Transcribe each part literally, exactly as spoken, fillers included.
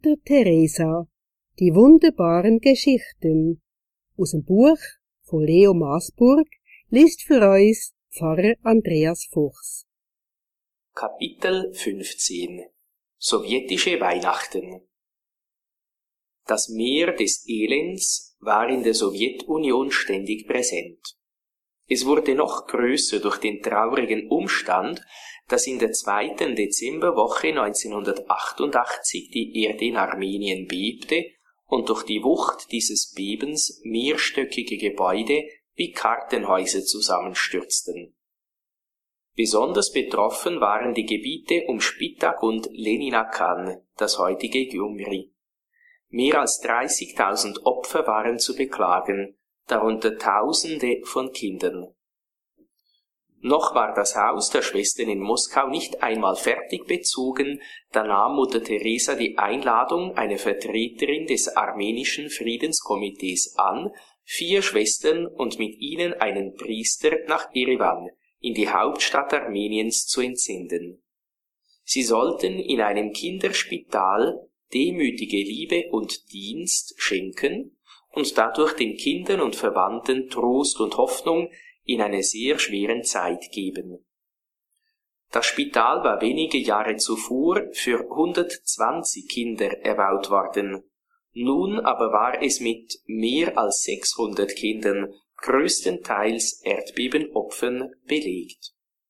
Mutter Teresa, die wunderbaren Geschichten. Aus dem Buch von Leo Maasburg liest für uns Pfarrer Andreas Fuchs. Kapitel fünfzehn Sowjetische Weihnachten. Das Meer des Elends war in der Sowjetunion ständig präsent. Es wurde noch größer durch den traurigen Umstand, dass in der zweiten Dezemberwoche neunzehnhundertachtundachtzig die Erde in Armenien bebte und durch die Wucht dieses Bebens mehrstöckige Gebäude wie Kartenhäuser zusammenstürzten. Besonders betroffen waren die Gebiete um Spitak und Leninakan, das heutige Gyumri. Mehr als dreißigtausend Opfer waren zu beklagen, darunter Tausende von Kindern. Noch war das Haus der Schwestern in Moskau nicht einmal fertig bezogen, da nahm Mutter Teresa die Einladung einer Vertreterin des armenischen Friedenskomitees an, vier Schwestern und mit ihnen einen Priester nach Erewan, in die Hauptstadt Armeniens, zu entsenden. Sie sollten in einem Kinderspital demütige Liebe und Dienst schenken und dadurch den Kindern und Verwandten Trost und Hoffnung in einer sehr schweren Zeit geben. Das Spital war wenige Jahre zuvor für hundertzwanzig Kinder erbaut worden. Nun aber war es mit mehr als sechshundert Kindern, größtenteils Erdbebenopfern, belegt.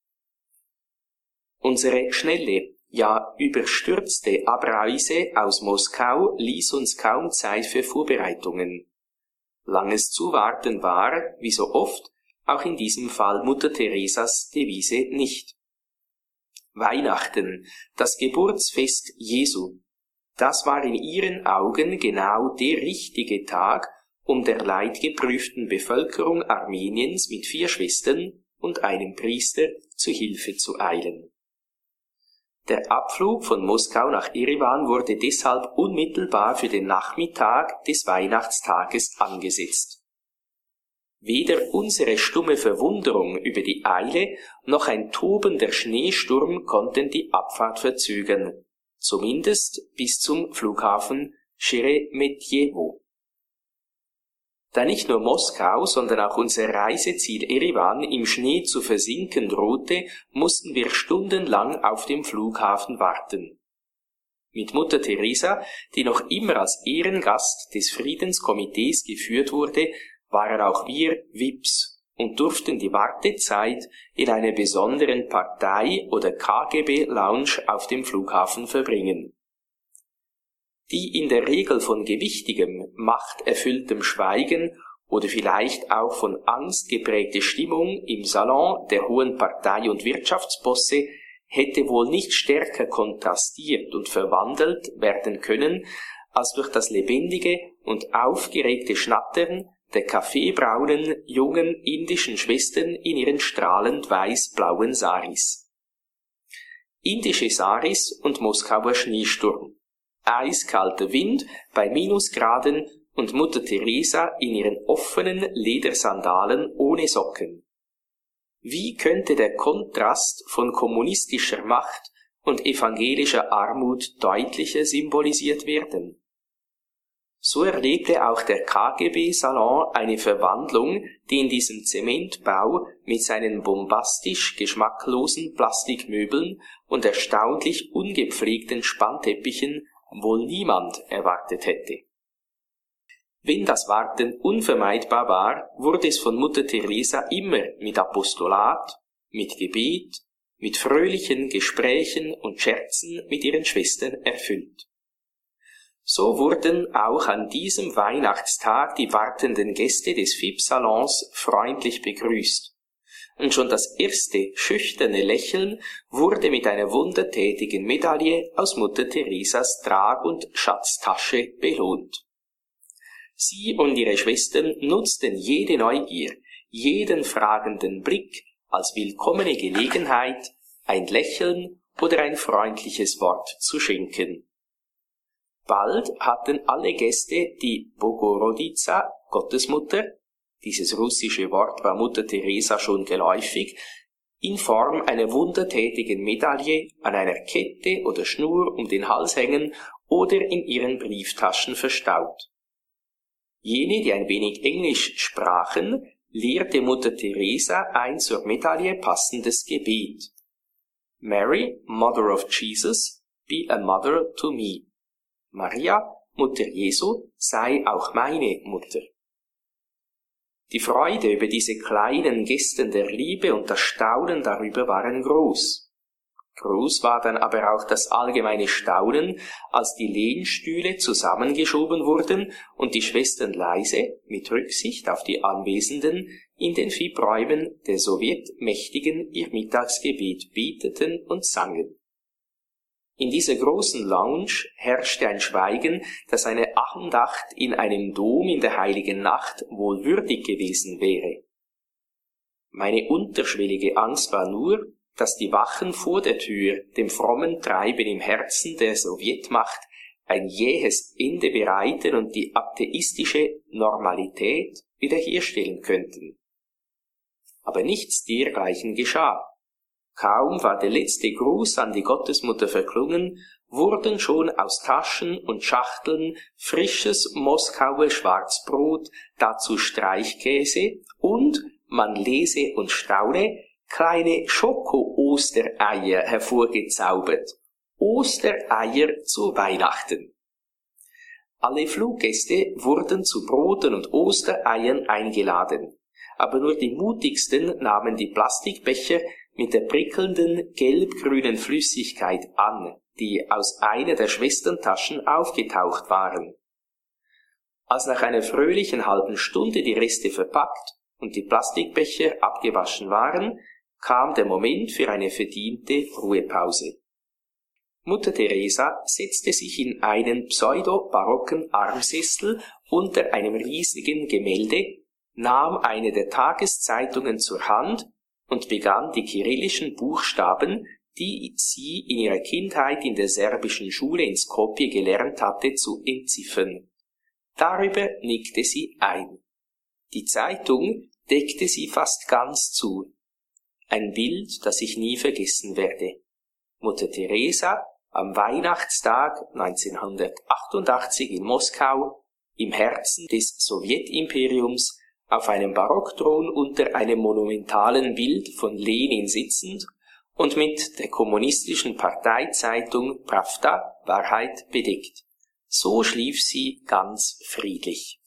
Unsere schnelle, ja überstürzte Abreise aus Moskau ließ uns kaum Zeit für Vorbereitungen. Langes Zuwarten war, wie so oft, auch in diesem Fall Mutter Teresas Devise nicht. Weihnachten, das Geburtsfest Jesu, das war in ihren Augen genau der richtige Tag, um der leidgeprüften Bevölkerung Armeniens mit vier Schwestern und einem Priester zu Hilfe zu eilen. Der Abflug von Moskau nach Erewan wurde deshalb unmittelbar für den Nachmittag des Weihnachtstages angesetzt. Weder unsere stumme Verwunderung über die Eile noch ein tobender Schneesturm konnten die Abfahrt verzögern, zumindest bis zum Flughafen Scheremetjewo. Da nicht nur Moskau, sondern auch unser Reiseziel Erewan im Schnee zu versinken drohte, mussten wir stundenlang auf dem Flughafen warten. Mit Mutter Teresa, die noch immer als Ehrengast des Friedenskomitees geführt wurde, waren auch wir V I Ps und durften die Wartezeit in einer besonderen Partei- oder K G B-Lounge auf dem Flughafen verbringen. Die in der Regel von gewichtigem, machterfülltem Schweigen oder vielleicht auch von Angst geprägte Stimmung im Salon der hohen Partei- und Wirtschaftsbosse hätte wohl nicht stärker kontrastiert und verwandelt werden können, als durch das lebendige und aufgeregte Schnattern der kaffeebraunen, jungen indischen Schwestern in ihren strahlend weiß-blauen Saris. Indische Saris und Moskauer Schneesturm. Eiskalter Wind bei Minusgraden und Mutter Teresa in ihren offenen Ledersandalen ohne Socken. Wie könnte der Kontrast von kommunistischer Macht und evangelischer Armut deutlicher symbolisiert werden? So erlebte auch der K G B-Salon eine Verwandlung, die in diesem Zementbau mit seinen bombastisch geschmacklosen Plastikmöbeln und erstaunlich ungepflegten Spannteppichen wohl niemand erwartet hätte. Wenn das Warten unvermeidbar war, wurde es von Mutter Teresa immer mit Apostolat, mit Gebet, mit fröhlichen Gesprächen und Scherzen mit ihren Schwestern erfüllt. So wurden auch an diesem Weihnachtstag die wartenden Gäste des F I P-Salons freundlich begrüßt. Und schon das erste schüchterne Lächeln wurde mit einer wundertätigen Medaille aus Mutter Teresas Trag- und Schatztasche belohnt. Sie und ihre Schwestern nutzten jede Neugier, jeden fragenden Blick als willkommene Gelegenheit, ein Lächeln oder ein freundliches Wort zu schenken. Bald hatten alle Gäste die Bogorodica, Gottesmutter, dieses russische Wort war Mutter Teresa schon geläufig, in Form einer wundertätigen Medaille an einer Kette oder Schnur um den Hals hängen oder in ihren Brieftaschen verstaut. Jene, die ein wenig Englisch sprachen, lehrte Mutter Teresa ein zur Medaille passendes Gebet. Mary, Mother of Jesus, be a mother to me. Maria, Mutter Jesu, sei auch meine Mutter. Die Freude über diese kleinen Gesten der Liebe und das Staunen darüber waren groß. Groß war dann aber auch das allgemeine Staunen, als die Lehnstühle zusammengeschoben wurden und die Schwestern leise, mit Rücksicht auf die Anwesenden, in den Fiebräumen der Sowjetmächtigen ihr Mittagsgebet beteten und sangen. In dieser großen Lounge herrschte ein Schweigen, das eine Andacht in einem Dom in der heiligen Nacht wohl würdig gewesen wäre. Meine unterschwellige Angst war nur, dass die Wachen vor der Tür dem frommen Treiben im Herzen der Sowjetmacht ein jähes Ende bereiten und die atheistische Normalität wiederherstellen könnten. Aber nichts dergleichen geschah. Kaum war der letzte Gruß an die Gottesmutter verklungen, wurden schon aus Taschen und Schachteln frisches Moskauer Schwarzbrot, dazu Streichkäse und, man lese und staune, kleine Schoko-Ostereier hervorgezaubert. Ostereier zu Weihnachten. Alle Fluggäste wurden zu Broten und Ostereiern eingeladen, aber nur die mutigsten nahmen die Plastikbecher mit der prickelnden gelb-grünen Flüssigkeit an, die aus einer der Schwesterntaschen aufgetaucht waren. Als nach einer fröhlichen halben Stunde die Reste verpackt und die Plastikbecher abgewaschen waren, kam der Moment für eine verdiente Ruhepause. Mutter Teresa setzte sich in einen pseudo-barocken Armsessel unter einem riesigen Gemälde, nahm eine der Tageszeitungen zur Hand und begann die kyrillischen Buchstaben, die sie in ihrer Kindheit in der serbischen Schule in Skopje gelernt hatte, zu entziffern. Darüber nickte sie ein. Die Zeitung deckte sie fast ganz zu. Ein Bild, das ich nie vergessen werde. Mutter Teresa am Weihnachtstag neunzehnhundertachtundachtzig in Moskau, im Herzen des Sowjetimperiums, auf einem Barockthron unter einem monumentalen Bild von Lenin sitzend und mit der kommunistischen Parteizeitung Pravda, Wahrheit, bedeckt. So schlief sie ganz friedlich.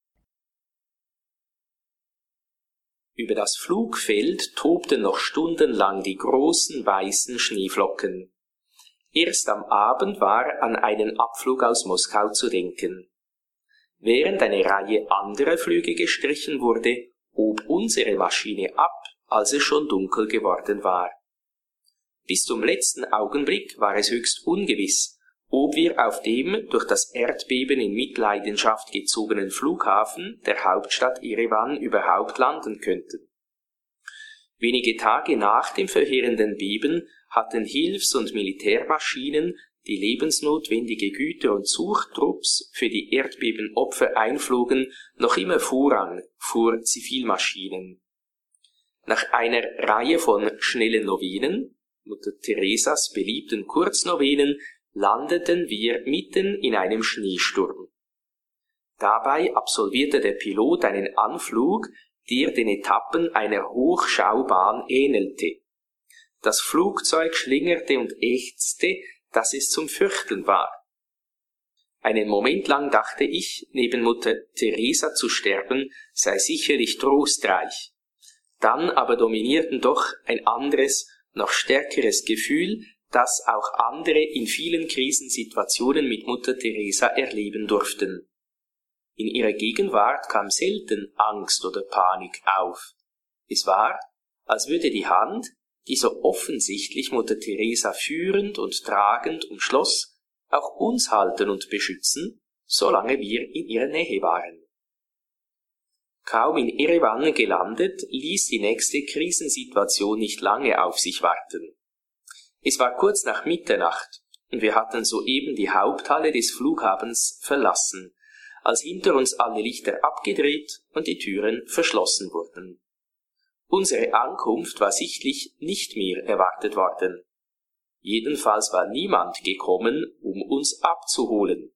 Über das Flugfeld tobten noch stundenlang die großen weißen Schneeflocken. Erst am Abend war an einen Abflug aus Moskau zu denken. Während eine Reihe anderer Flüge gestrichen wurde, hob unsere Maschine ab, als es schon dunkel geworden war. Bis zum letzten Augenblick war es höchst ungewiss, ob wir auf dem durch das Erdbeben in Mitleidenschaft gezogenen Flughafen der Hauptstadt Erevan überhaupt landen könnten. Wenige Tage nach dem verheerenden Beben hatten Hilfs- und Militärmaschinen, die lebensnotwendige Güter und Suchtrupps für die Erdbebenopfer einflogen, noch immer Vorrang vor Zivilmaschinen. Nach einer Reihe von schnellen Novenen, Mutter Teresas beliebten Kurznovenen, landeten wir mitten in einem Schneesturm. Dabei absolvierte der Pilot einen Anflug, der den Etappen einer Hochschaubahn ähnelte. Das Flugzeug schlingerte und ächzte, dass es zum Fürchten war. Einen Moment lang dachte ich, neben Mutter Teresa zu sterben, sei sicherlich trostreich. Dann aber dominierten doch ein anderes, noch stärkeres Gefühl, das auch andere in vielen Krisensituationen mit Mutter Teresa erleben durften. In ihrer Gegenwart kam selten Angst oder Panik auf. Es war, als würde die Hand, die so offensichtlich Mutter Teresa führend und tragend umschloss, auch uns halten und beschützen, solange wir in ihrer Nähe waren. Kaum in Erevan gelandet, ließ die nächste Krisensituation nicht lange auf sich warten. Es war kurz nach Mitternacht und wir hatten soeben die Haupthalle des Flughafens verlassen, als hinter uns alle Lichter abgedreht und die Türen verschlossen wurden. Unsere Ankunft war sichtlich nicht mehr erwartet worden. Jedenfalls war niemand gekommen, um uns abzuholen.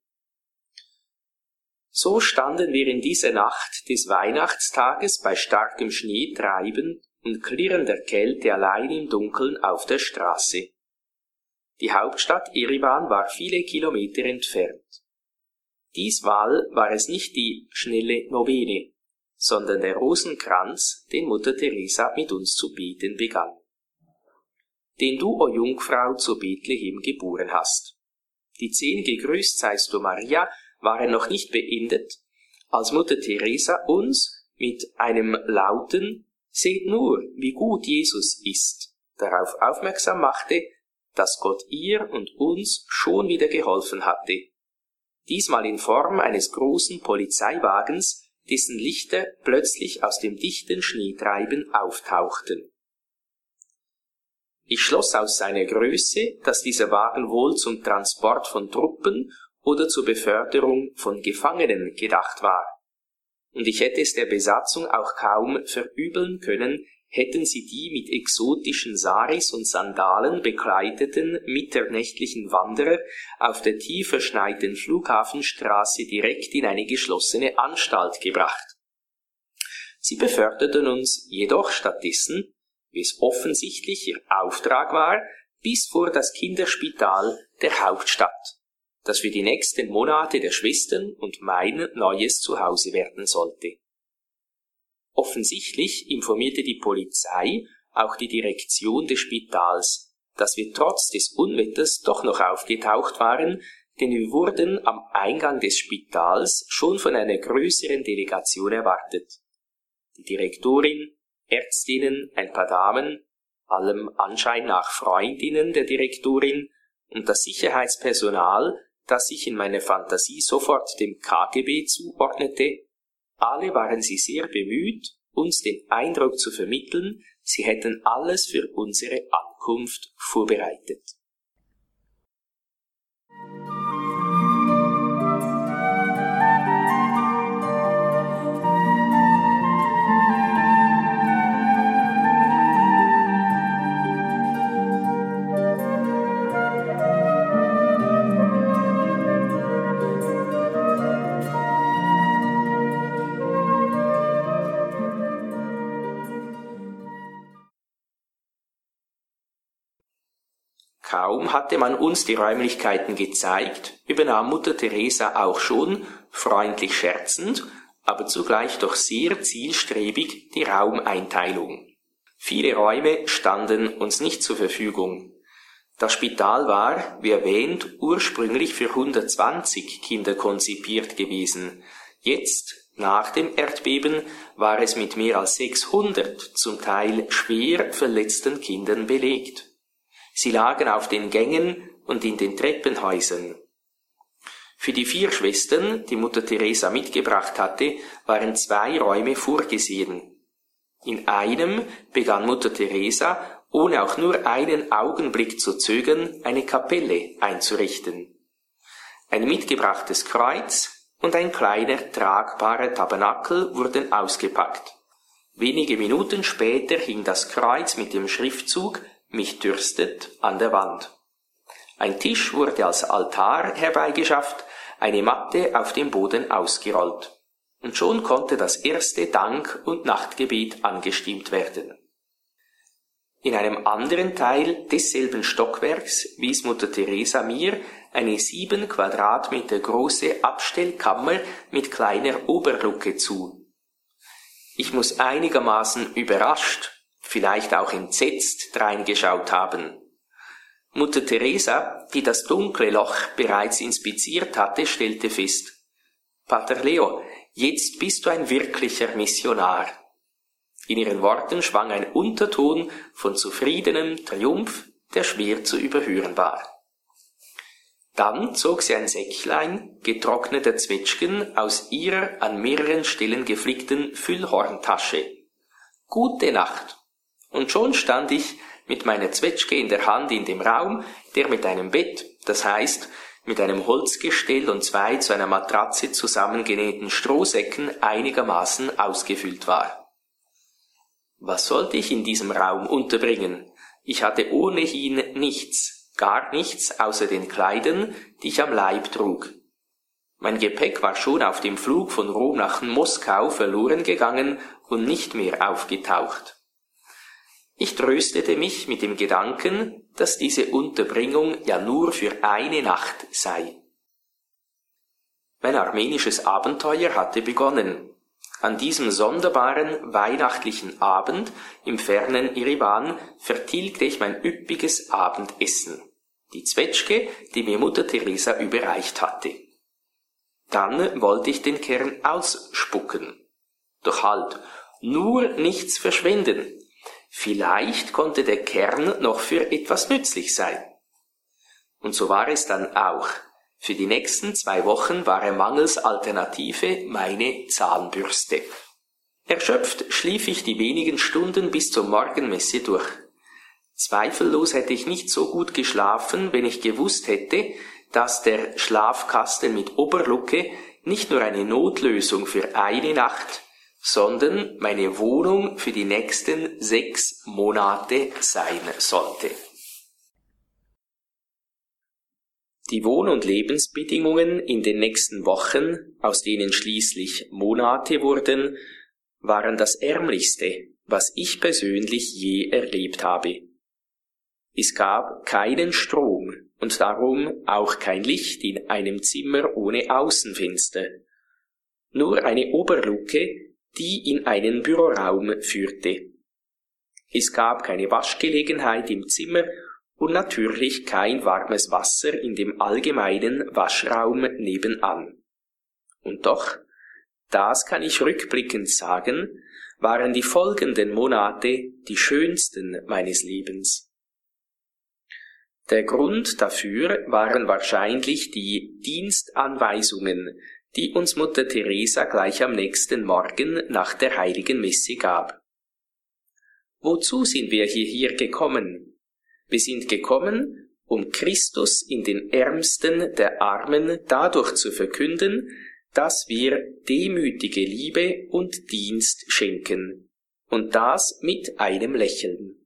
So standen wir in dieser Nacht des Weihnachtstages bei starkem Schneetreiben und klirrender Kälte allein im Dunkeln auf der Straße. Die Hauptstadt Erivan war viele Kilometer entfernt. Diesmal war es nicht die schnelle Novene, sondern der Rosenkranz, den Mutter Teresa mit uns zu beten begann. Den du, o Jungfrau, zu Bethlehem geboren hast. Die zehn Gegrüßt seist du, Maria, waren noch nicht beendet, als Mutter Teresa uns mit einem lauten »Seht nur, wie gut Jesus ist« darauf aufmerksam machte, dass Gott ihr und uns schon wieder geholfen hatte. Diesmal in Form eines großen Polizeiwagens, dessen Lichter plötzlich aus dem dichten Schneetreiben auftauchten. Ich schloss aus seiner Größe, dass dieser Wagen wohl zum Transport von Truppen oder zur Beförderung von Gefangenen gedacht war. Und ich hätte es der Besatzung auch kaum verübeln können, hätten sie die mit exotischen Saris und Sandalen bekleideten mitternächtlichen Wanderer auf der tief verschneiten Flughafenstraße direkt in eine geschlossene Anstalt gebracht. Sie beförderten uns jedoch stattdessen, wie es offensichtlich ihr Auftrag war, bis vor das Kinderspital der Hauptstadt, das für die nächsten Monate der Schwestern und mein neues Zuhause werden sollte. Offensichtlich informierte die Polizei auch die Direktion des Spitals, dass wir trotz des Unwetters doch noch aufgetaucht waren, denn wir wurden am Eingang des Spitals schon von einer größeren Delegation erwartet. Die Direktorin, Ärztinnen, ein paar Damen, allem Anschein nach Freundinnen der Direktorin und das Sicherheitspersonal, das sich in meiner Fantasie sofort dem K G B zuordnete, alle waren sie sehr bemüht, uns den Eindruck zu vermitteln, sie hätten alles für unsere Ankunft vorbereitet. Kaum hatte man uns die Räumlichkeiten gezeigt, übernahm Mutter Teresa auch schon, freundlich scherzend, aber zugleich doch sehr zielstrebig, die Raumeinteilung. Viele Räume standen uns nicht zur Verfügung. Das Spital war, wie erwähnt, ursprünglich für hundertzwanzig Kinder konzipiert gewesen. Jetzt, nach dem Erdbeben, war es mit mehr als sechshundert, zum Teil schwer verletzten Kindern belegt. Sie lagen auf den Gängen und in den Treppenhäusern. Für die vier Schwestern, die Mutter Teresa mitgebracht hatte, waren zwei Räume vorgesehen. In einem begann Mutter Teresa, ohne auch nur einen Augenblick zu zögern, eine Kapelle einzurichten. Ein mitgebrachtes Kreuz und ein kleiner tragbarer Tabernakel wurden ausgepackt. Wenige Minuten später hing das Kreuz mit dem Schriftzug »Mich dürstet« an der Wand. Ein Tisch wurde als Altar herbeigeschafft, eine Matte auf dem Boden ausgerollt. Und schon konnte das erste Dank- und Nachtgebet angestimmt werden. In einem anderen Teil desselben Stockwerks wies Mutter Teresa mir eine sieben Quadratmeter große Abstellkammer mit kleiner Oberluke zu. Ich muss einigermaßen überrascht, vielleicht auch entsetzt dreingeschaut haben. Mutter Teresa, die das dunkle Loch bereits inspiziert hatte, stellte fest: »Pater Leo, jetzt bist du ein wirklicher Missionar.« In ihren Worten schwang ein Unterton von zufriedenem Triumph, der schwer zu überhören war. Dann zog sie ein Säcklein getrockneter Zwetschgen aus ihrer an mehreren Stellen geflickten Füllhorntasche. »Gute Nacht!« Und schon stand ich mit meiner Zwetschge in der Hand in dem Raum, der mit einem Bett, das heißt mit einem Holzgestell und zwei zu einer Matratze zusammengenähten Strohsäcken einigermaßen ausgefüllt war. Was sollte ich in diesem Raum unterbringen? Ich hatte ohnehin nichts, Gar nichts außer den Kleidern, die ich am Leib trug. Mein Gepäck war schon auf dem Flug von Rom nach Moskau verloren gegangen und nicht mehr aufgetaucht. Ich tröstete mich mit dem Gedanken, dass diese Unterbringung ja nur für eine Nacht sei. Mein armenisches Abenteuer hatte begonnen. An diesem sonderbaren weihnachtlichen Abend im fernen Erivan vertilgte ich mein üppiges Abendessen, die Zwetschge, die mir Mutter Teresa überreicht hatte. Dann wollte ich den Kern ausspucken. Doch halt, nur nichts verschwenden. Vielleicht konnte der Kern noch für etwas nützlich sein. Und so war es dann auch. Für die nächsten zwei Wochen war er mangels Alternative meine Zahnbürste. Erschöpft schlief ich die wenigen Stunden bis zur Morgenmesse durch. Zweifellos hätte ich nicht so gut geschlafen, wenn ich gewusst hätte, dass der Schlafkasten mit Oberlucke nicht nur eine Notlösung für eine Nacht, sondern meine Wohnung für die nächsten sechs Monate sein sollte. Die Wohn- und Lebensbedingungen in den nächsten Wochen, aus denen schließlich Monate wurden, waren das Ärmlichste, was ich persönlich je erlebt habe. Es gab keinen Strom und darum auch kein Licht in einem Zimmer ohne Außenfenster. Nur eine Oberluke, die in einen Büroraum führte. Es gab keine Waschgelegenheit im Zimmer und natürlich kein warmes Wasser in dem allgemeinen Waschraum nebenan. Und doch, das kann ich rückblickend sagen, waren die folgenden Monate die schönsten meines Lebens. Der Grund dafür waren wahrscheinlich die Dienstanweisungen, die uns Mutter Teresa gleich am nächsten Morgen nach der heiligen Messe gab. Wozu sind wir hierher gekommen? Wir sind gekommen, um Christus in den Ärmsten der Armen dadurch zu verkünden, dass wir demütige Liebe und Dienst schenken, und das mit einem Lächeln.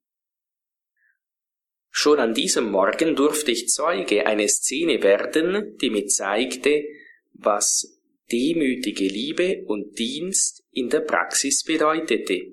Schon an diesem Morgen durfte ich Zeuge einer Szene werden, die mir zeigte, was demütige Liebe und Dienst in der Praxis bedeutete.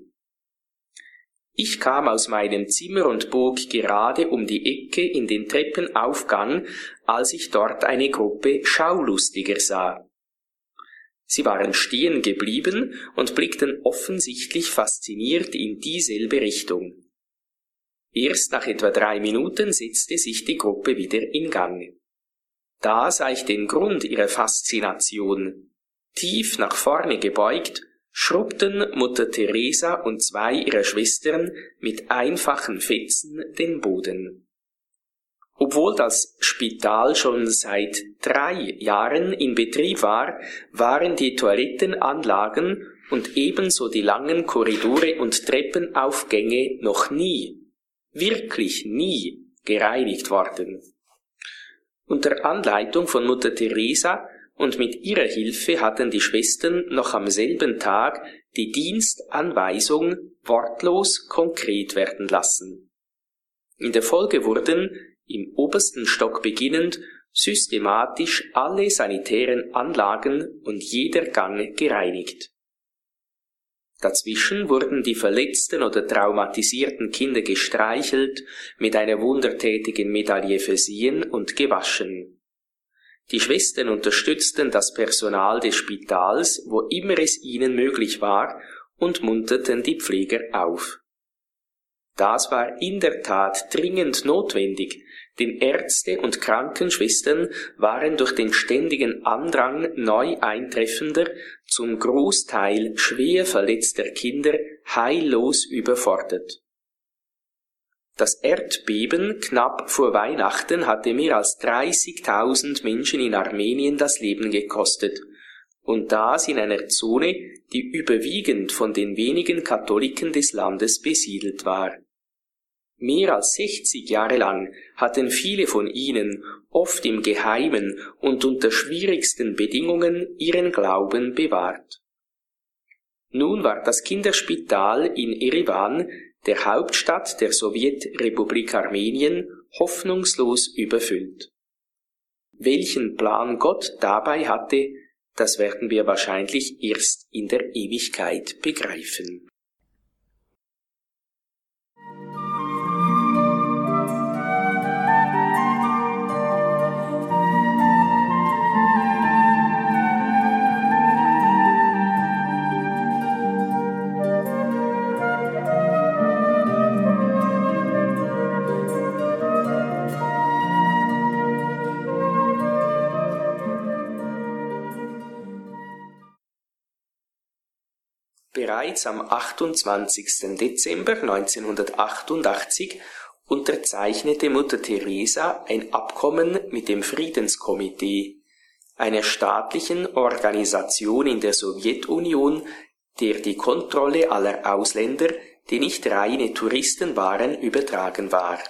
Ich kam aus meinem Zimmer und bog gerade um die Ecke in den Treppenaufgang, als ich dort eine Gruppe Schaulustiger sah. Sie waren stehen geblieben und blickten offensichtlich fasziniert in dieselbe Richtung. Erst nach etwa drei Minuten setzte sich die Gruppe wieder in Gang. Da sah ich den Grund ihrer Faszination. Tief nach vorne gebeugt, schrubbten Mutter Teresa und zwei ihrer Schwestern mit einfachen Fetzen den Boden. Obwohl das Spital schon seit drei Jahren in Betrieb war, waren die Toilettenanlagen und ebenso die langen Korridore und Treppenaufgänge noch nie, wirklich nie gereinigt worden. Unter Anleitung von Mutter Teresa und mit ihrer Hilfe hatten die Schwestern noch am selben Tag die Dienstanweisung wortlos konkret werden lassen. In der Folge wurden, im obersten Stock beginnend, systematisch alle sanitären Anlagen und jeder Gang gereinigt. Dazwischen wurden die verletzten oder traumatisierten Kinder gestreichelt, mit einer wundertätigen Medaille versehen und gewaschen. Die Schwestern unterstützten das Personal des Spitals, wo immer es ihnen möglich war, und munterten die Pfleger auf. Das war in der Tat dringend notwendig, denn Ärzte und Krankenschwestern waren durch den ständigen Andrang neu Eintreffender, zum Großteil schwer verletzter Kinder, heillos überfordert. Das Erdbeben knapp vor Weihnachten hatte mehr als dreißigtausend Menschen in Armenien das Leben gekostet, und das in einer Zone, die überwiegend von den wenigen Katholiken des Landes besiedelt war. Mehr als sechzig Jahre lang hatten viele von ihnen, oft im Geheimen und unter schwierigsten Bedingungen, ihren Glauben bewahrt. Nun war das Kinderspital in Erivan, der Hauptstadt der Sowjetrepublik Armenien, hoffnungslos überfüllt. Welchen Plan Gott dabei hatte, das werden wir wahrscheinlich erst in der Ewigkeit begreifen. Bereits am achtundzwanzigsten Dezember neunzehnhundertachtundachtzig unterzeichnete Mutter Teresa ein Abkommen mit dem Friedenskomitee, einer staatlichen Organisation in der Sowjetunion, der die Kontrolle aller Ausländer, die nicht reine Touristen waren, übertragen war.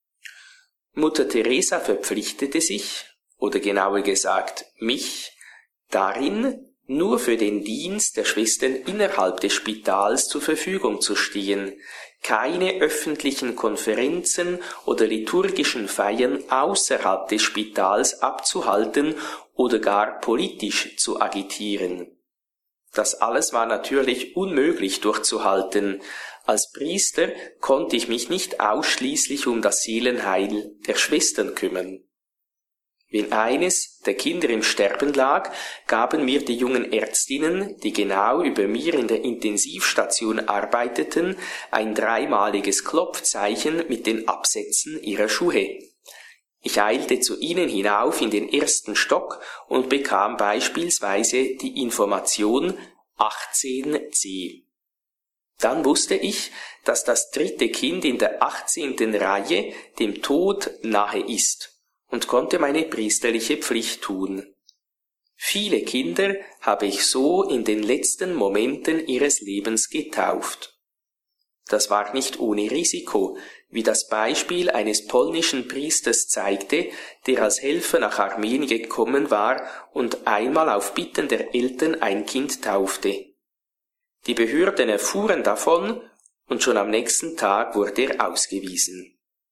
Mutter Teresa verpflichtete sich, oder genauer gesagt mich, darin, nur für den Dienst der Schwestern innerhalb des Spitals zur Verfügung zu stehen, keine öffentlichen Konferenzen oder liturgischen Feiern außerhalb des Spitals abzuhalten oder gar politisch zu agitieren. Das alles war natürlich unmöglich durchzuhalten. Als Priester konnte ich mich nicht ausschließlich um das Seelenheil der Schwestern kümmern. Wenn eines der Kinder im Sterben lag, gaben mir die jungen Ärztinnen, die genau über mir in der Intensivstation arbeiteten, ein dreimaliges Klopfzeichen mit den Absätzen ihrer Schuhe. Ich eilte zu ihnen hinauf in den ersten Stock und bekam beispielsweise die Information achtzehn c. Dann wusste ich, dass das dritte Kind in der achtzehnten Reihe dem Tod nahe ist und konnte meine priesterliche Pflicht tun. Viele Kinder habe ich so in den letzten Momenten ihres Lebens getauft. Das war nicht ohne Risiko, wie das Beispiel eines polnischen Priesters zeigte, der als Helfer nach Armenien gekommen war und einmal auf Bitten der Eltern ein Kind taufte. Die Behörden erfuhren davon und schon am nächsten Tag wurde er ausgewiesen.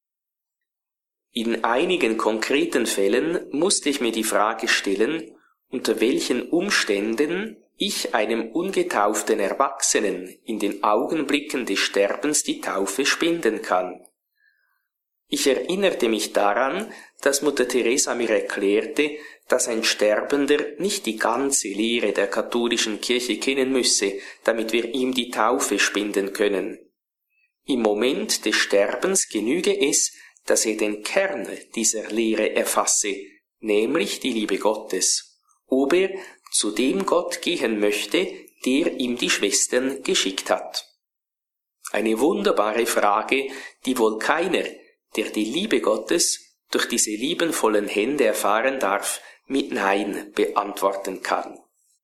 In einigen konkreten Fällen musste ich mir die Frage stellen, unter welchen Umständen ich einem ungetauften Erwachsenen in den Augenblicken des Sterbens die Taufe spenden kann. Ich erinnerte mich daran, dass Mutter Teresa mir erklärte, dass ein Sterbender nicht die ganze Lehre der katholischen Kirche kennen müsse, damit wir ihm die Taufe spenden können. Im Moment des Sterbens genüge es, dass er den Kern dieser Lehre erfasse, nämlich die Liebe Gottes, ob er zu dem Gott gehen möchte, der ihm die Schwestern geschickt hat. Eine wunderbare Frage, die wohl keiner, der die Liebe Gottes durch diese liebenvollen Hände erfahren darf, mit Nein beantworten kann.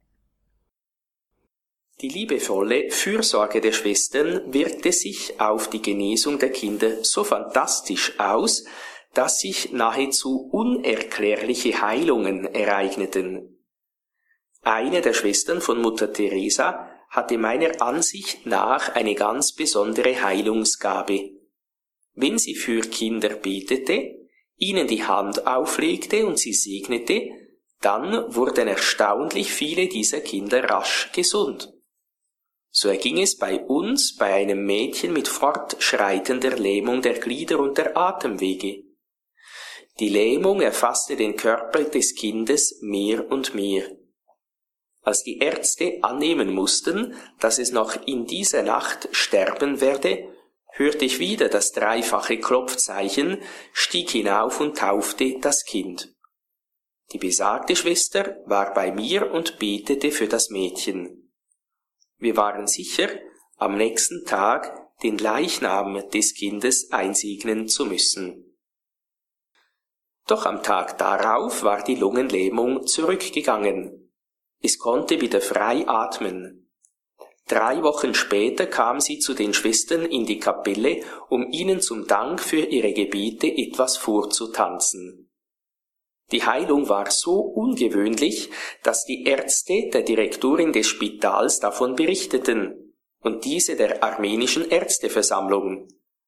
Die liebevolle Fürsorge der Schwestern wirkte sich auf die Genesung der Kinder so fantastisch aus, dass sich nahezu unerklärliche Heilungen ereigneten. Eine der Schwestern von Mutter Teresa hatte meiner Ansicht nach eine ganz besondere Heilungsgabe. Wenn sie für Kinder betete, ihnen die Hand auflegte und sie segnete, dann wurden erstaunlich viele dieser Kinder rasch gesund. So erging es bei uns bei einem Mädchen mit fortschreitender Lähmung der Glieder und der Atemwege. Die Lähmung erfasste den Körper des Kindes mehr und mehr. Als die Ärzte annehmen mussten, dass es noch in dieser Nacht sterben werde, hörte ich wieder das dreifache Klopfzeichen, stieg hinauf und taufte das Kind. Die besagte Schwester war bei mir und betete für das Mädchen. Wir waren sicher, am nächsten Tag den Leichnam des Kindes einsegnen zu müssen. Doch am Tag darauf war die Lungenlähmung zurückgegangen. Es konnte wieder frei atmen. Drei Wochen später kam sie zu den Schwestern in die Kapelle, um ihnen zum Dank für ihre Gebete etwas vorzutanzen. Die Heilung war so ungewöhnlich, dass die Ärzte der Direktorin des Spitals davon berichteten und diese der armenischen Ärzteversammlung.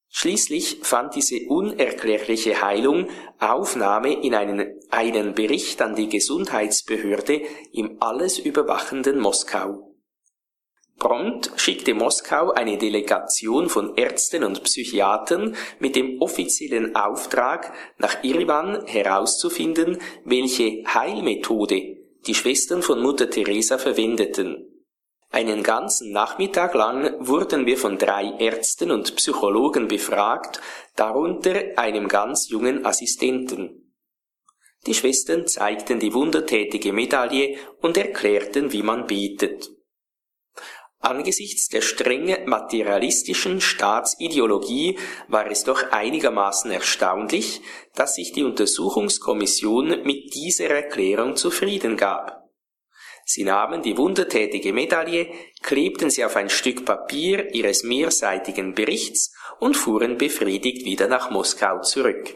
Schließlich fand diese unerklärliche Heilung Aufnahme in einen, einen Bericht an die Gesundheitsbehörde im alles überwachenden Moskau. Prompt schickte Moskau eine Delegation von Ärzten und Psychiatern mit dem offiziellen Auftrag, nach Eriwan herauszufinden, welche Heilmethode die Schwestern von Mutter Teresa verwendeten. Einen ganzen Nachmittag lang wurden wir von drei Ärzten und Psychologen befragt, darunter einem ganz jungen Assistenten. Die Schwestern zeigten die wundertätige Medaille und erklärten, wie man betet. Angesichts der streng materialistischen Staatsideologie war es doch einigermaßen erstaunlich, dass sich die Untersuchungskommission mit dieser Erklärung zufrieden gab. Sie nahmen die wundertätige Medaille, klebten sie auf ein Stück Papier ihres mehrseitigen Berichts und fuhren befriedigt wieder nach Moskau zurück.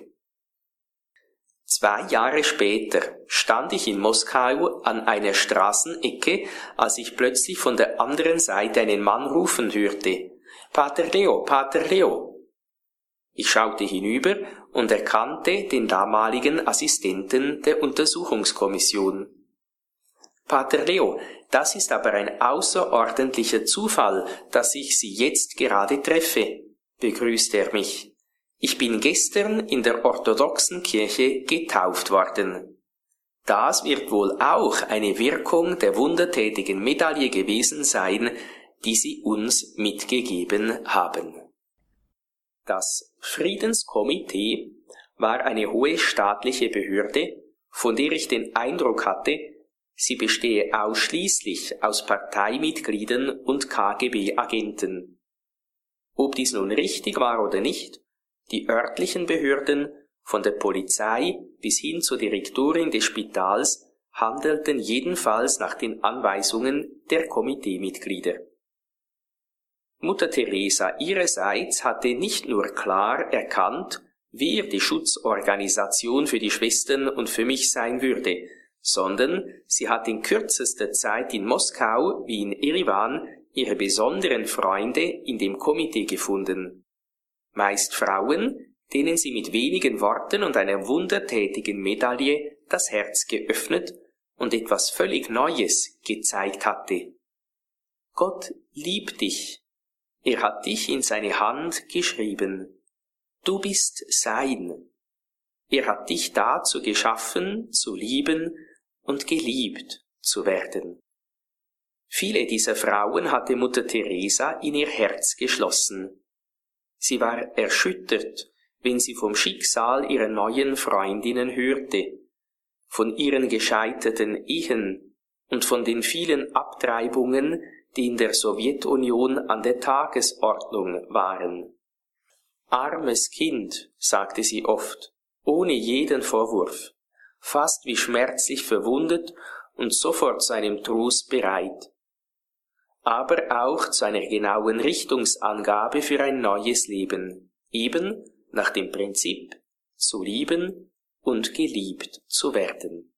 Zwei Jahre später stand ich in Moskau an einer Straßenecke, als ich plötzlich von der anderen Seite einen Mann rufen hörte: »Pater Leo, Pater Leo!« Ich schaute hinüber und erkannte den damaligen Assistenten der Untersuchungskommission. »Pater Leo, das ist aber ein außerordentlicher Zufall, dass ich Sie jetzt gerade treffe«, begrüßte er mich. »Ich bin gestern in der orthodoxen Kirche getauft worden. Das wird wohl auch eine Wirkung der wundertätigen Medaille gewesen sein, die Sie uns mitgegeben haben.« Das Friedenskomitee war eine hohe staatliche Behörde, von der ich den Eindruck hatte, sie bestehe ausschließlich aus Parteimitgliedern und K G B-Agenten. Ob dies nun richtig war oder nicht, die örtlichen Behörden, von der Polizei bis hin zur Direktorin des Spitals, handelten jedenfalls nach den Anweisungen der Komiteemitglieder. Mutter Teresa ihrerseits hatte nicht nur klar erkannt, wer die Schutzorganisation für die Schwestern und für mich sein würde, sondern sie hat in kürzester Zeit in Moskau wie in Eriwan ihre besonderen Freunde in dem Komitee gefunden. Meist Frauen, denen sie mit wenigen Worten und einer wundertätigen Medaille das Herz geöffnet und etwas völlig Neues gezeigt hatte. Gott liebt dich. Er hat dich in seine Hand geschrieben. Du bist sein. Er hat dich dazu geschaffen, zu lieben und geliebt zu werden. Viele dieser Frauen hatte Mutter Teresa in ihr Herz geschlossen. Sie war erschüttert, wenn sie vom Schicksal ihrer neuen Freundinnen hörte, von ihren gescheiterten Ehen und von den vielen Abtreibungen, die in der Sowjetunion an der Tagesordnung waren. Armes Kind, sagte sie oft, ohne jeden Vorwurf, fast wie schmerzlich verwundet und sofort zu einem Trost bereit, aber auch zu einer genauen Richtungsangabe für ein neues Leben, eben nach dem Prinzip zu lieben und geliebt zu werden.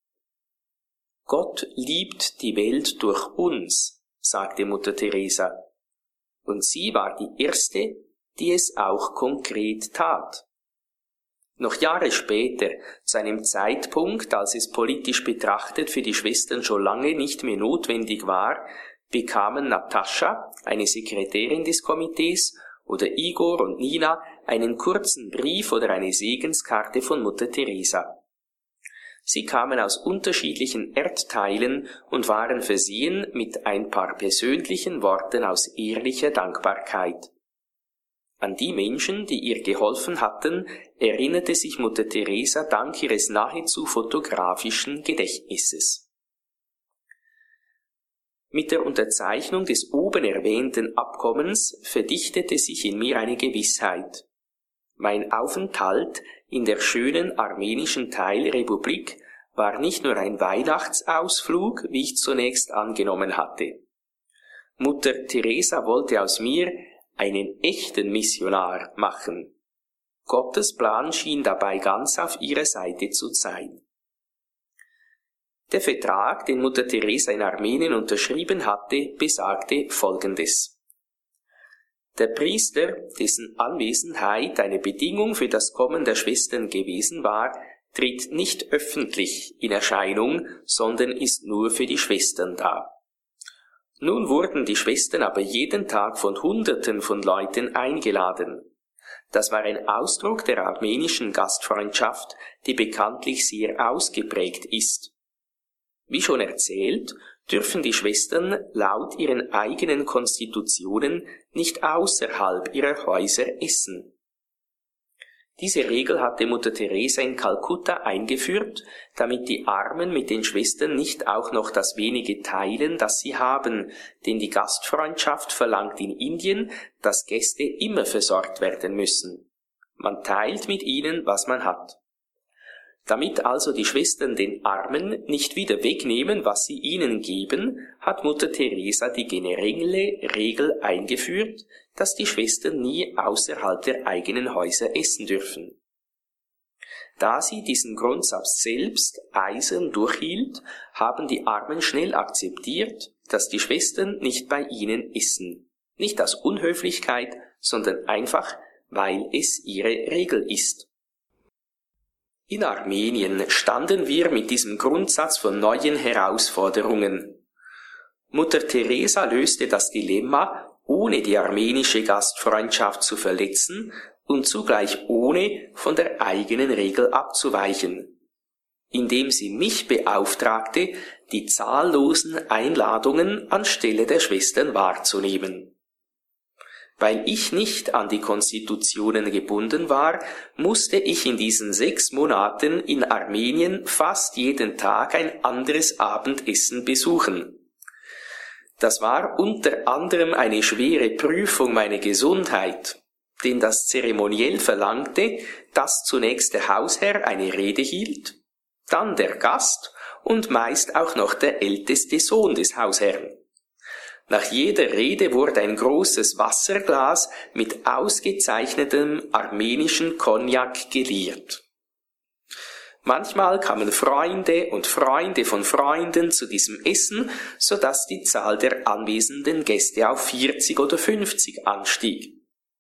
Gott liebt die Welt durch uns, sagte Mutter Teresa, und sie war die erste, die es auch konkret tat. Noch Jahre später, zu einem Zeitpunkt, als es politisch betrachtet für die Schwestern schon lange nicht mehr notwendig war, bekamen Natascha, eine Sekretärin des Komitees, oder Igor und Nina einen kurzen Brief oder eine Segenskarte von Mutter Teresa. Sie kamen aus unterschiedlichen Erdteilen und waren versehen mit ein paar persönlichen Worten aus ehrlicher Dankbarkeit. An die Menschen, die ihr geholfen hatten, erinnerte sich Mutter Teresa dank ihres nahezu fotografischen Gedächtnisses. Mit der Unterzeichnung des oben erwähnten Abkommens verdichtete sich in mir eine Gewissheit. Mein Aufenthalt in der schönen armenischen Teilrepublik war nicht nur ein Weihnachtsausflug, wie ich zunächst angenommen hatte. Mutter Teresa wollte aus mir einen echten Missionar machen. Gottes Plan schien dabei ganz auf ihrer Seite zu sein. Der Vertrag, den Mutter Teresa in Armenien unterschrieben hatte, besagte Folgendes. Der Priester, dessen Anwesenheit eine Bedingung für das Kommen der Schwestern gewesen war, tritt nicht öffentlich in Erscheinung, sondern ist nur für die Schwestern da. Nun wurden die Schwestern aber jeden Tag von Hunderten von Leuten eingeladen. Das war ein Ausdruck der armenischen Gastfreundschaft, die bekanntlich sehr ausgeprägt ist. Wie schon erzählt, dürfen die Schwestern laut ihren eigenen Konstitutionen nicht außerhalb ihrer Häuser essen. Diese Regel hatte Mutter Teresa in Kalkutta eingeführt, damit die Armen mit den Schwestern nicht auch noch das wenige teilen, das sie haben, denn die Gastfreundschaft verlangt in Indien, dass Gäste immer versorgt werden müssen. Man teilt mit ihnen, was man hat. Damit also die Schwestern den Armen nicht wieder wegnehmen, was sie ihnen geben, hat Mutter Teresa die generelle Regel eingeführt, dass die Schwestern nie außerhalb der eigenen Häuser essen dürfen. Da sie diesen Grundsatz selbst eisern durchhielt, haben die Armen schnell akzeptiert, dass die Schwestern nicht bei ihnen essen. Nicht aus Unhöflichkeit, sondern einfach, weil es ihre Regel ist. In Armenien standen wir mit diesem Grundsatz vor neuen Herausforderungen. Mutter Teresa löste das Dilemma, ohne die armenische Gastfreundschaft zu verletzen und zugleich ohne von der eigenen Regel abzuweichen, indem sie mich beauftragte, die zahllosen Einladungen anstelle der Schwestern wahrzunehmen. Weil ich nicht an die Konstitutionen gebunden war, musste ich in diesen sechs Monaten in Armenien fast jeden Tag ein anderes Abendessen besuchen. Das war unter anderem eine schwere Prüfung meiner Gesundheit, denn das zeremoniell verlangte, dass zunächst der Hausherr eine Rede hielt, dann der Gast und meist auch noch der älteste Sohn des Hausherrn. Nach jeder Rede wurde ein großes Wasserglas mit ausgezeichnetem armenischen Cognac geleert. Manchmal kamen Freunde und Freunde von Freunden zu diesem Essen, so dass die Zahl der anwesenden Gäste auf vierzig oder fünfzig anstieg.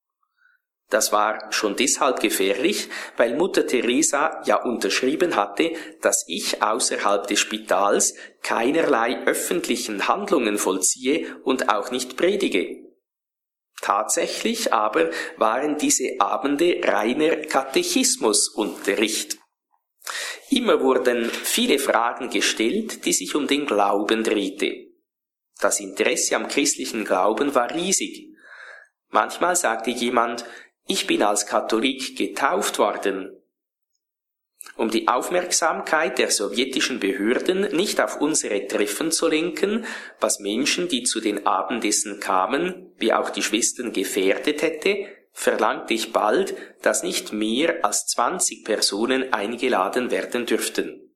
Das war schon deshalb gefährlich, weil Mutter Teresa ja unterschrieben hatte, dass ich außerhalb des Spitals keinerlei öffentlichen Handlungen vollziehe und auch nicht predige. Tatsächlich aber waren diese Abende reiner Katechismusunterricht. Immer wurden viele Fragen gestellt, die sich um den Glauben drehte. Das Interesse am christlichen Glauben war riesig. Manchmal sagte jemand, ich bin als Katholik getauft worden. Um die Aufmerksamkeit der sowjetischen Behörden nicht auf unsere Treffen zu lenken, was Menschen, die zu den Abendessen kamen, wie auch die Schwestern gefährdet hätte, verlangte ich bald, dass nicht mehr als zwanzig Personen eingeladen werden dürften.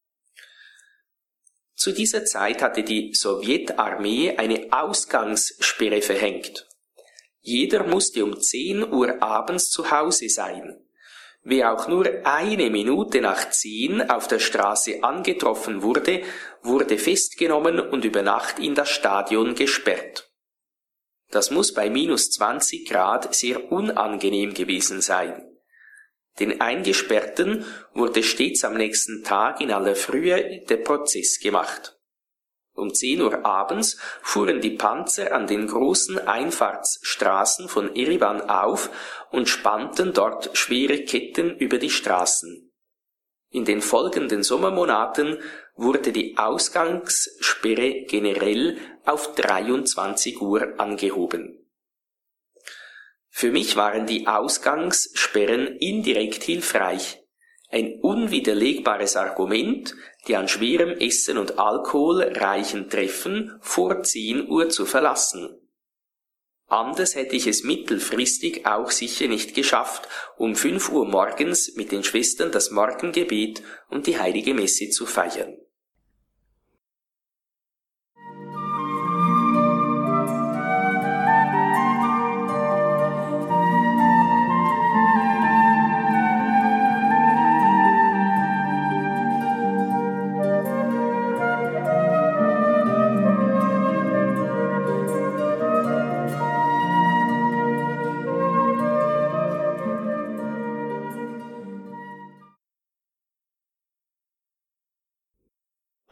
Zu dieser Zeit hatte die Sowjetarmee eine Ausgangssperre verhängt. Jeder musste um zehn Uhr abends zu Hause sein. Wer auch nur eine Minute nach zehn auf der Straße angetroffen wurde, wurde festgenommen und über Nacht in das Stadion gesperrt. Das muss bei minus zwanzig Grad sehr unangenehm gewesen sein. Den Eingesperrten wurde stets am nächsten Tag in aller Frühe der Prozess gemacht. Um zehn Uhr abends fuhren die Panzer an den großen Einfahrtsstraßen von Erivan auf und spannten dort schwere Ketten über die Straßen. In den folgenden Sommermonaten wurde die Ausgangssperre generell auf dreiundzwanzig Uhr angehoben. Für mich waren die Ausgangssperren indirekt hilfreich. Ein unwiderlegbares Argument, die an schwerem Essen und Alkohol reichen Treffen vor zehn Uhr zu verlassen. Anders hätte ich es mittelfristig auch sicher nicht geschafft, um fünf Uhr morgens mit den Schwestern das Morgengebet und die Heilige Messe zu feiern.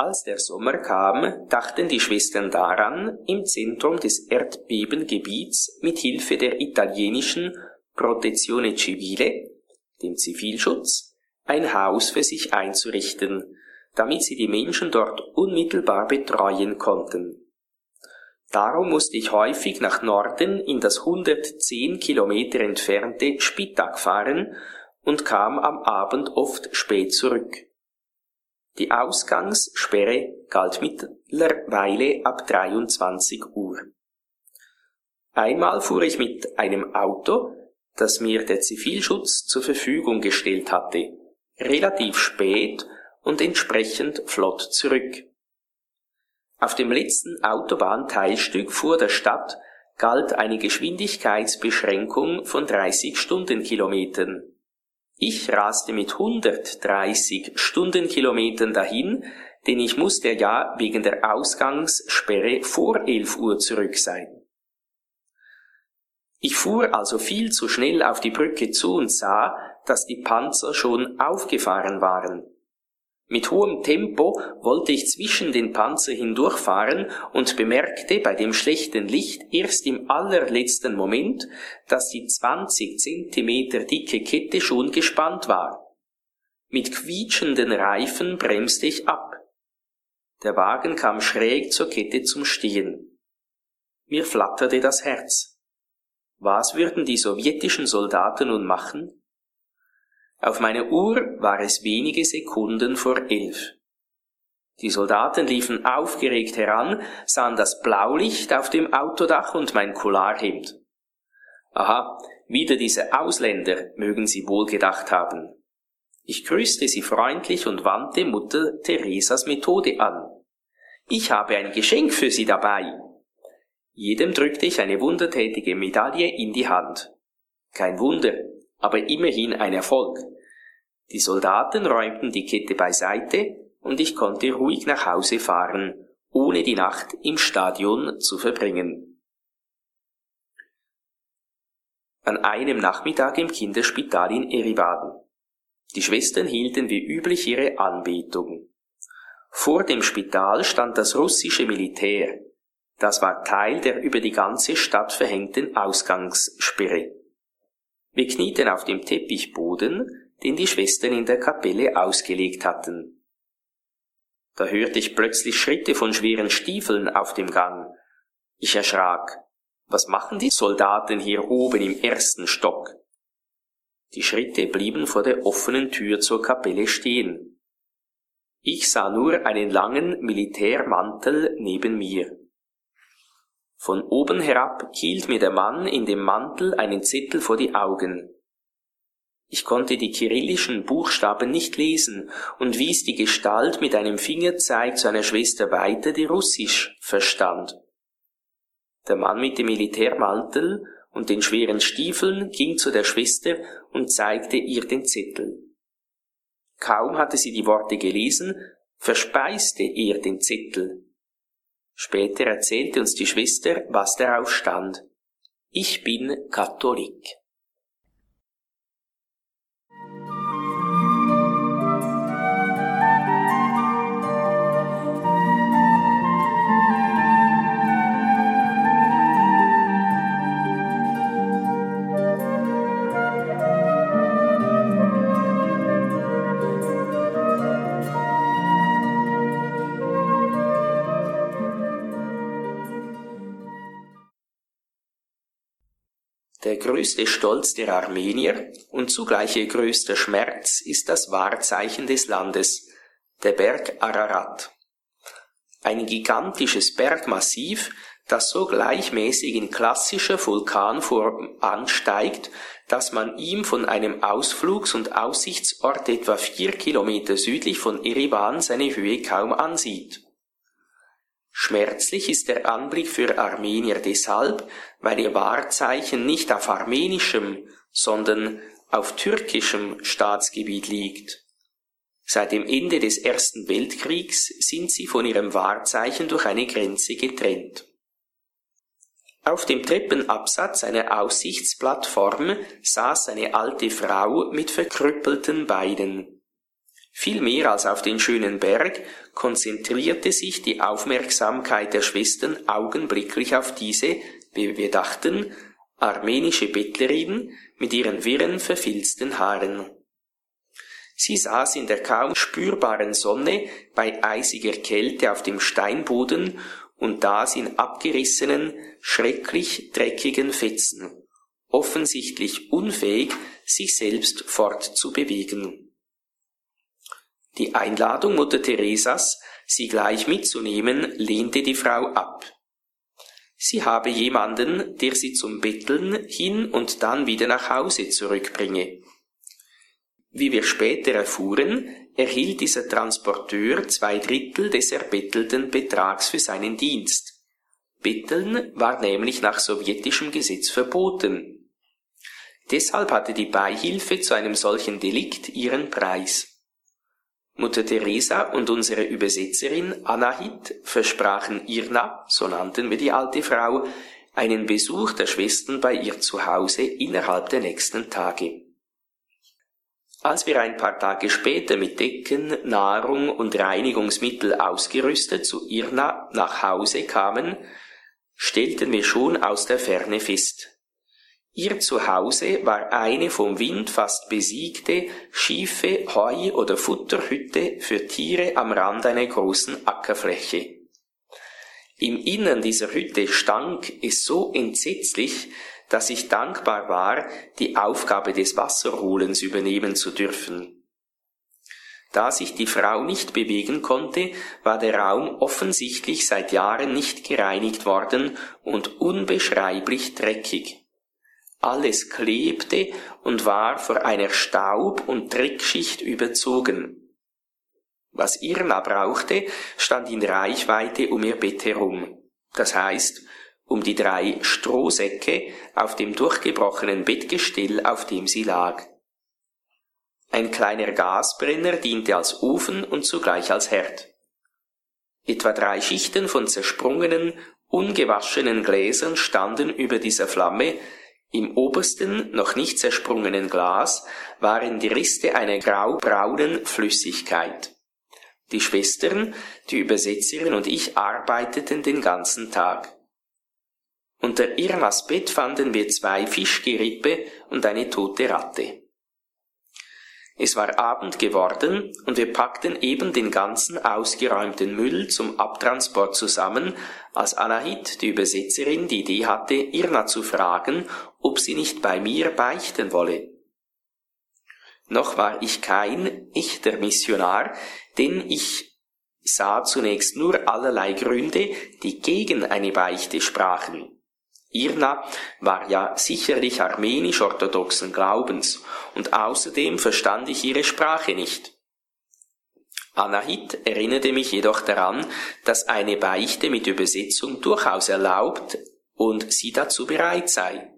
Als der Sommer kam, dachten die Schwestern daran, im Zentrum des Erdbebengebiets mit Hilfe der italienischen Protezione Civile, dem Zivilschutz, ein Haus für sich einzurichten, damit sie die Menschen dort unmittelbar betreuen konnten. Darum musste ich häufig nach Norden in das hundertzehn Kilometer entfernte Spittak fahren und kam am Abend oft spät zurück. Die Ausgangssperre galt mittlerweile ab dreiundzwanzig Uhr. Einmal fuhr ich mit einem Auto, das mir der Zivilschutz zur Verfügung gestellt hatte, relativ spät und entsprechend flott zurück. Auf dem letzten Autobahnteilstück vor der Stadt galt eine Geschwindigkeitsbeschränkung von dreißig Stundenkilometern. Ich raste mit hundertdreißig Stundenkilometern dahin, denn ich musste ja wegen der Ausgangssperre vor elf Uhr zurück sein. Ich fuhr also viel zu schnell auf die Brücke zu und sah, dass die Panzer schon aufgefahren waren. Mit hohem Tempo wollte ich zwischen den Panzer hindurchfahren und bemerkte bei dem schlechten Licht erst im allerletzten Moment, dass die zwanzig Zentimeter dicke Kette schon gespannt war. Mit quietschenden Reifen bremste ich ab. Der Wagen kam schräg zur Kette zum Stehen. Mir flatterte das Herz. Was würden die sowjetischen Soldaten nun machen? Auf meiner Uhr war es wenige Sekunden vor elf. Die Soldaten liefen aufgeregt heran, sahen das Blaulicht auf dem Autodach und mein Kularhemd. Aha, wieder diese Ausländer, mögen sie wohl gedacht haben. Ich grüßte sie freundlich und wandte Mutter Theresas Methode an. Ich habe ein Geschenk für Sie dabei. Jedem drückte ich eine wundertätige Medaille in die Hand. Kein Wunder, aber immerhin ein Erfolg. Die Soldaten räumten die Kette beiseite und ich konnte ruhig nach Hause fahren, ohne die Nacht im Stadion zu verbringen. An einem Nachmittag im Kinderspital in Erivaden. Die Schwestern hielten wie üblich ihre Anbetung. Vor dem Spital stand das russische Militär. Das war Teil der über die ganze Stadt verhängten Ausgangssperre. Wir knieten auf dem Teppichboden, den die Schwestern in der Kapelle ausgelegt hatten. Da hörte ich plötzlich Schritte von schweren Stiefeln auf dem Gang. Ich erschrak. Was machen die Soldaten hier oben im ersten Stock? Die Schritte blieben vor der offenen Tür zur Kapelle stehen. Ich sah nur einen langen Militärmantel neben mir. Von oben herab hielt mir der Mann in dem Mantel einen Zettel vor die Augen. Ich konnte die kyrillischen Buchstaben nicht lesen und wies die Gestalt mit einem Fingerzeig zu einer Schwester weiter, die Russisch verstand. Der Mann mit dem Militärmantel und den schweren Stiefeln ging zu der Schwester und zeigte ihr den Zettel. Kaum hatte sie die Worte gelesen, verspeiste er den Zettel. Später erzählte uns die Schwester, was darauf stand. Ich bin Katholik. Der größte Stolz der Armenier und zugleich ihr größter Schmerz ist das Wahrzeichen des Landes, der Berg Ararat. Ein gigantisches Bergmassiv, das so gleichmäßig in klassischer Vulkanform ansteigt, dass man ihm von einem Ausflugs- und Aussichtsort etwa vier Kilometer südlich von Erivan seine Höhe kaum ansieht. Schmerzlich ist der Anblick für Armenier deshalb, weil ihr Wahrzeichen nicht auf armenischem, sondern auf türkischem Staatsgebiet liegt. Seit dem Ende des Ersten Weltkriegs sind sie von ihrem Wahrzeichen durch eine Grenze getrennt. Auf dem Treppenabsatz einer Aussichtsplattform saß eine alte Frau mit verkrüppelten Beinen. Viel mehr als auf den schönen Berg konzentrierte sich die Aufmerksamkeit der Schwestern augenblicklich auf diese, wie wir dachten, armenische Bettlerin mit ihren wirren, verfilzten Haaren. Sie saß in der kaum spürbaren Sonne bei eisiger Kälte auf dem Steinboden und das in abgerissenen, schrecklich dreckigen Fetzen, offensichtlich unfähig, sich selbst fortzubewegen. Die Einladung Mutter Theresas, sie gleich mitzunehmen, lehnte die Frau ab. Sie habe jemanden, der sie zum Betteln hin und dann wieder nach Hause zurückbringe. Wie wir später erfuhren, erhielt dieser Transporteur zwei Drittel des erbettelten Betrags für seinen Dienst. Betteln war nämlich nach sowjetischem Gesetz verboten. Deshalb hatte die Beihilfe zu einem solchen Delikt ihren Preis. Mutter Teresa und unsere Übersetzerin Anahit versprachen Irna, so nannten wir die alte Frau, einen Besuch der Schwestern bei ihr zu Hause innerhalb der nächsten Tage. Als wir ein paar Tage später mit Decken, Nahrung und Reinigungsmittel ausgerüstet zu Irna nach Hause kamen, stellten wir schon aus der Ferne fest: Ihr Zuhause war eine vom Wind fast besiegte, schiefe Heu- oder Futterhütte für Tiere am Rand einer großen Ackerfläche. Im Innern dieser Hütte stank es so entsetzlich, dass ich dankbar war, die Aufgabe des Wasserholens übernehmen zu dürfen. Da sich die Frau nicht bewegen konnte, war der Raum offensichtlich seit Jahren nicht gereinigt worden und unbeschreiblich dreckig. Alles klebte und war vor einer Staub- und Dreckschicht überzogen. Was Irna brauchte, stand in Reichweite um ihr Bett herum. Das heißt, um die drei Strohsäcke auf dem durchgebrochenen Bettgestell, auf dem sie lag. Ein kleiner Gasbrenner diente als Ofen und zugleich als Herd. Etwa drei Schichten von zersprungenen, ungewaschenen Gläsern standen über dieser Flamme. Im obersten, noch nicht zersprungenen Glas waren die Reste einer graubraunen Flüssigkeit. Die Schwestern, die Übersetzerin und ich arbeiteten den ganzen Tag. Unter Irnas Bett fanden wir zwei Fischgerippe und eine tote Ratte. Es war Abend geworden und wir packten eben den ganzen ausgeräumten Müll zum Abtransport zusammen, als Anahit, die Übersetzerin, die Idee hatte, Irna zu fragen, ob sie nicht bei mir beichten wolle. Noch war ich kein echter Missionar, denn ich sah zunächst nur allerlei Gründe, die gegen eine Beichte sprachen. Irna war ja sicherlich armenisch-orthodoxen Glaubens und außerdem verstand ich ihre Sprache nicht. Anahit erinnerte mich jedoch daran, dass eine Beichte mit Übersetzung durchaus erlaubt und sie dazu bereit sei.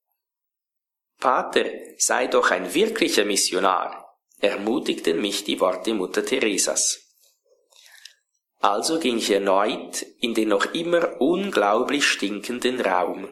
Pater, sei doch ein wirklicher Missionar, ermutigten mich die Worte Mutter Theresas. Also ging ich erneut in den noch immer unglaublich stinkenden Raum.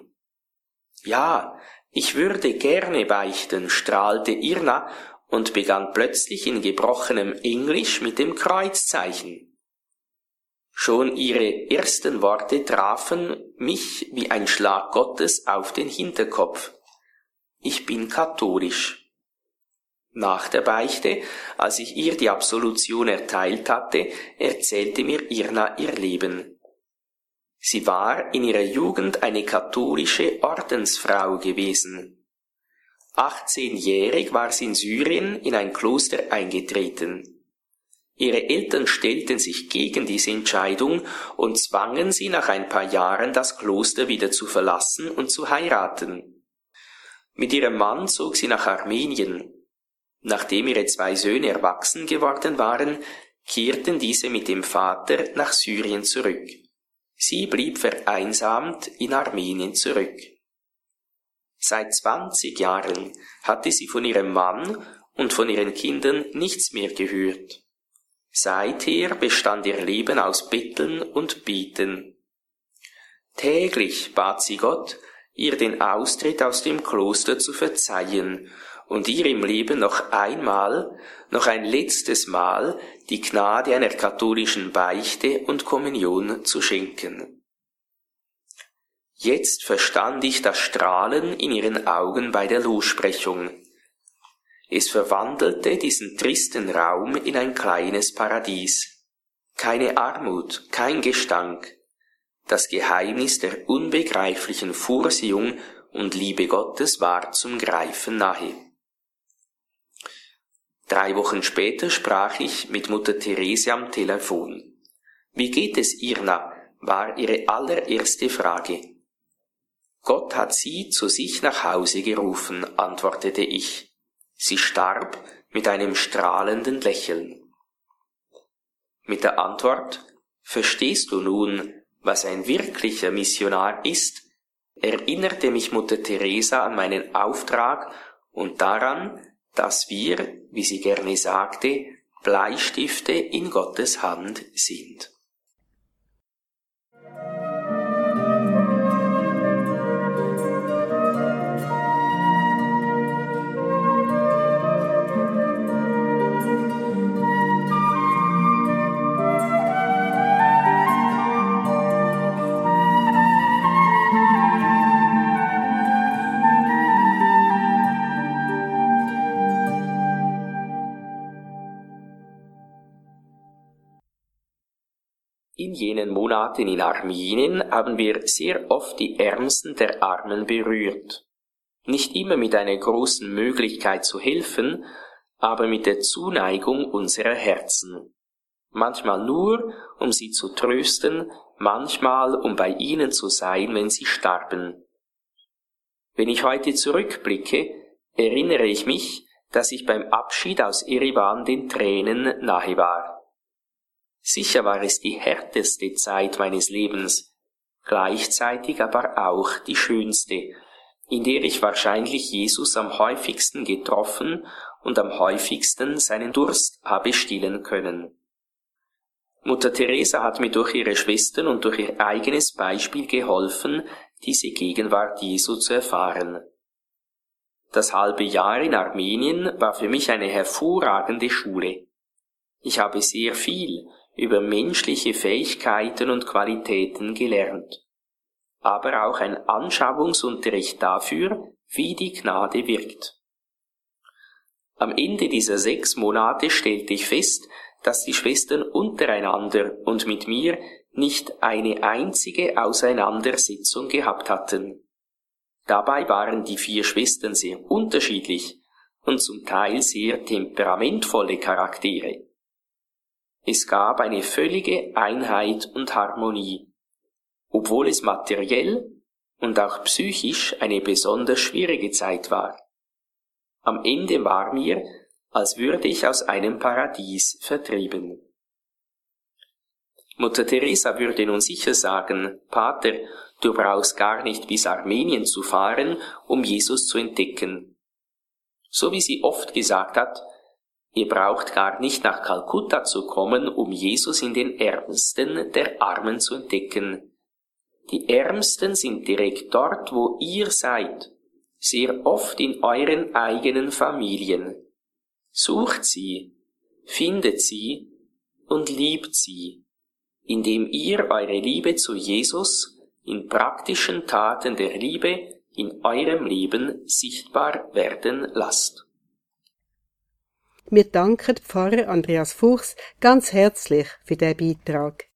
Ja, ich würde gerne beichten, strahlte Irna und begann plötzlich in gebrochenem Englisch mit dem Kreuzzeichen. Schon ihre ersten Worte trafen mich wie ein Schlag Gottes auf den Hinterkopf. Ich bin katholisch. Nach der Beichte, als ich ihr die Absolution erteilt hatte, erzählte mir Irna ihr Leben. Sie war in ihrer Jugend eine katholische Ordensfrau gewesen. achtzehnjährig war sie in Syrien in ein Kloster eingetreten. Ihre Eltern stellten sich gegen diese Entscheidung und zwangen sie nach ein paar Jahren das Kloster wieder zu verlassen und zu heiraten. Mit ihrem Mann zog sie nach Armenien. Nachdem ihre zwei Söhne erwachsen geworden waren, kehrten diese mit dem Vater nach Syrien zurück. Sie blieb vereinsamt in Armenien zurück. Seit zwanzig Jahren hatte sie von ihrem Mann und von ihren Kindern nichts mehr gehört. Seither bestand ihr Leben aus Betteln und Bieten. Täglich bat sie Gott, ihr den Austritt aus dem Kloster zu verzeihen und ihr im Leben noch einmal, noch ein letztes Mal die Gnade einer katholischen Beichte und Kommunion zu schenken. Jetzt verstand ich das Strahlen in ihren Augen bei der Lossprechung. Es verwandelte diesen tristen Raum in ein kleines Paradies. Keine Armut, kein Gestank. Das Geheimnis der unbegreiflichen Vorsehung und Liebe Gottes war zum Greifen nahe. Drei Wochen später sprach ich mit Mutter Therese am Telefon. »Wie geht es, Irna?« war ihre allererste Frage. »Gott hat sie zu sich nach Hause gerufen«, antwortete ich. Sie starb mit einem strahlenden Lächeln. Mit der Antwort »Verstehst du nun, was ein wirklicher Missionar ist?« erinnerte mich Mutter Teresa an meinen Auftrag und daran, dass wir, wie sie gerne sagte, Bleistifte in Gottes Hand sind. In jenen Monaten in Armenien haben wir sehr oft die Ärmsten der Armen berührt. Nicht immer mit einer großen Möglichkeit zu helfen, aber mit der Zuneigung unserer Herzen. Manchmal nur, um sie zu trösten, manchmal, um bei ihnen zu sein, wenn sie starben. Wenn ich heute zurückblicke, erinnere ich mich, dass ich beim Abschied aus Erivan den Tränen nahe war. Sicher war es die härteste Zeit meines Lebens, gleichzeitig aber auch die schönste, in der ich wahrscheinlich Jesus am häufigsten getroffen und am häufigsten seinen Durst habe stillen können. Mutter Teresa hat mir durch ihre Schwestern und durch ihr eigenes Beispiel geholfen, diese Gegenwart Jesu zu erfahren. Das halbe Jahr in Armenien war für mich eine hervorragende Schule. Ich habe sehr viel über menschliche Fähigkeiten und Qualitäten gelernt, aber auch ein Anschauungsunterricht dafür, wie die Gnade wirkt. Am Ende dieser sechs Monate stellte ich fest, dass die Schwestern untereinander und mit mir nicht eine einzige Auseinandersetzung gehabt hatten. Dabei waren die vier Schwestern sehr unterschiedlich und zum Teil sehr temperamentvolle Charaktere. Es gab eine völlige Einheit und Harmonie, obwohl es materiell und auch psychisch eine besonders schwierige Zeit war. Am Ende war mir, als würde ich aus einem Paradies vertrieben. Mutter Teresa würde nun sicher sagen, Pater, du brauchst gar nicht bis Armenien zu fahren, um Jesus zu entdecken. So wie sie oft gesagt hat, ihr braucht gar nicht nach Kalkutta zu kommen, um Jesus in den Ärmsten der Armen zu entdecken. Die Ärmsten sind direkt dort, wo ihr seid, sehr oft in euren eigenen Familien. Sucht sie, findet sie und liebt sie, indem ihr eure Liebe zu Jesus in praktischen Taten der Liebe in eurem Leben sichtbar werden lasst. Wir danken Pfarrer Andreas Fuchs ganz herzlich für diesen Beitrag.